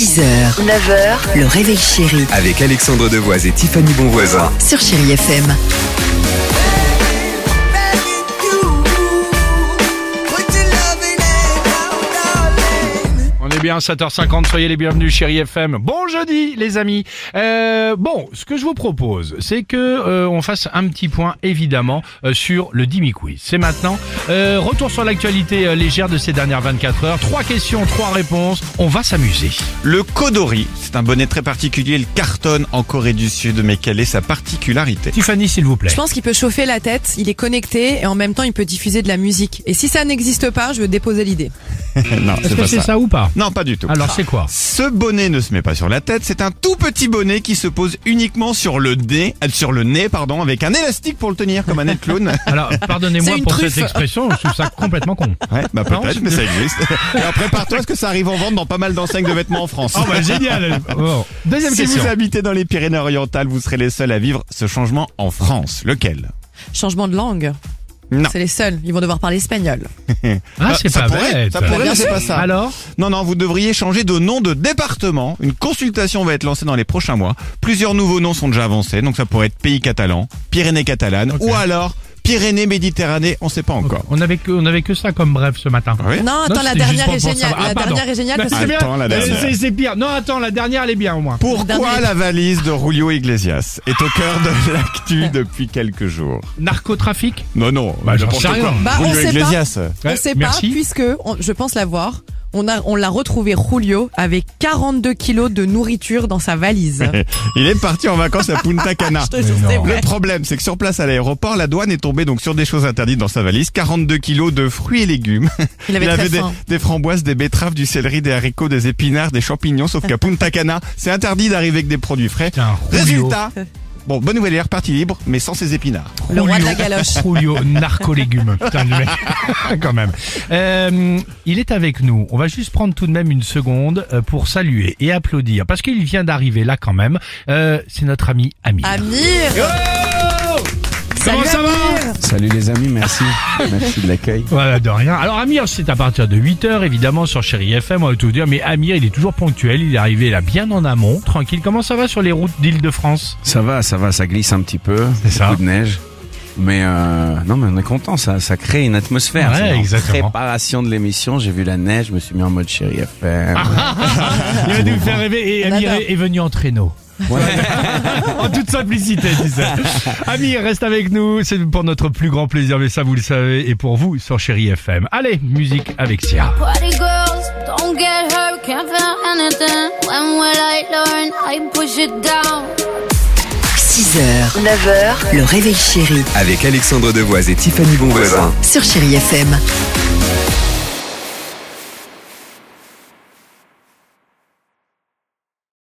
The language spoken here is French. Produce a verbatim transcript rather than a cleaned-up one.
six heures, neuf heures, le réveil chéri Avec Alexandre Devoise et Tiffany Bonvoisin. sur Chéri F M. On est bien, sept heures cinquante, soyez les bienvenus, Chéri F M. Bon jeudi, les amis. Euh, bon, ce que je vous propose, c'est que euh, on fasse un petit point, évidemment, euh, sur le Dimi Quiz. C'est maintenant. Euh, retour sur l'actualité euh, légère de ces dernières vingt-quatre heures. Trois questions, trois réponses. On va s'amuser. Le kodori, c'est un bonnet très particulier, il cartonne en Corée du Sud, mais quelle est sa particularité? Tiffany, s'il vous plaît. Je pense qu'il peut chauffer la tête, il est connecté et en même temps il peut diffuser de la musique. Et si ça n'existe pas, je veux déposer l'idée. Non, Est-ce c'est que pas c'est ça. ça ou pas? Non, pas du tout. Alors, c'est quoi? Ce bonnet ne se met pas sur la tête, c'est un tout petit bonnet qui se pose uniquement sur le nez, euh, sur le nez, pardon, avec un élastique pour le tenir, comme un nez de clown. Alors, pardonnez-moi C'est une pour truffe. cette expression, je trouve ça complètement con. Ouais, bah Non, peut-être, c'est- mais ça existe. Alors prépare-toi, parce que ça arrive en vente dans pas mal d'enseignes de vêtements en France. Oh bah génial. Bon. Deuxième Si question. vous habitez dans les Pyrénées-Orientales, vous serez les seuls à vivre ce changement en France. Lequel? Changement de langue. Non. C'est les seuls, ils vont devoir parler espagnol. Ah, c'est ça pas pourrait, bête. ça pourrait, Bien mais c'est sûr. pas ça. Alors? Non, non, vous devriez changer de nom de département. Une consultation va être lancée dans les prochains mois. Plusieurs nouveaux noms sont déjà avancés, donc ça pourrait être Pays catalan, Pyrénées catalanes, Ok. ou alors Pyrénées Méditerranée, on sait pas encore. On avait que, on avait que ça comme bref ce matin. Oui. Non, attends, Non, la c'était dernière juste est pour géniale. savoir. Ah, La pardon. dernière est géniale Bah, parce c'est que bien. Attends, la Mais dernière. c'est- c'est pire. Non, attends, la dernière elle est bien au moins. Pourquoi Dernier. la valise de Julio Iglesias est au cœur de l'actu depuis quelques jours? Narcotrafic. Non, non, Bah, j'en n'importe sais rien. quoi. Bah, on Julio sait pas. Iglesias. on Ouais, sait merci. pas puisque on- je pense l'avoir. On a on l'a retrouvé Julio avec quarante-deux kilos de nourriture dans sa valise. Il est parti en vacances à Punta Cana. Je te jure, Mais c'est non. vrai. Le problème, c'est que sur place à l'aéroport, la douane est tombée donc sur des choses interdites dans sa valise. quarante-deux kilos de fruits et légumes. Il avait très des, faim. des framboises, des betteraves, du céleri, des haricots, des épinards, des champignons. Sauf qu'à Punta Cana, c'est interdit d'arriver avec des produits frais. Putain, Julio. Résultat, bon, bonne nouvelle, il est reparti libre, mais sans ses épinards. Le roi de la Julio. galoche. Julio, narco-légumes. Putain, le mec. Quand même. Euh, il est avec nous. On va juste prendre tout de même une seconde euh, pour saluer et applaudir. Parce qu'il vient d'arriver là quand même. Euh, c'est notre ami Amir. Amir. Comment Salut, ça va? Amir. Salut les amis, merci. Merci de l'accueil. Voilà, de rien. Alors Amir, c'est à partir de huit heures évidemment sur Chéri F M, on va tout dire, mais Amir il est toujours ponctuel, il est arrivé là bien en amont, tranquille. Comment ça va sur les routes d'Île-de-France? Ça va, ça va, ça glisse un petit peu. C'est ça. Beaucoup de neige. Mais euh, non, mais on est content, ça, ça crée une atmosphère. Ouais, C'est en exactement. préparation de l'émission, j'ai vu la neige, je me suis mis en mode Chéri F M. Il va nous faire rêver et On Amir adore. est est venu en traîneau. Ouais. En toute simplicité, tu sais. Amir, reste avec nous, c'est pour notre plus grand plaisir, mais ça vous le savez, et pour vous sur Chéri F M. Allez, musique avec Sia. Party girls, don't get hurt, can't feel anything. When will I learn? I push it down. six heures, neuf heures, le réveil chéri Avec Alexandre Devoise et Tiffany Bonvoisin. sur Chéri F M.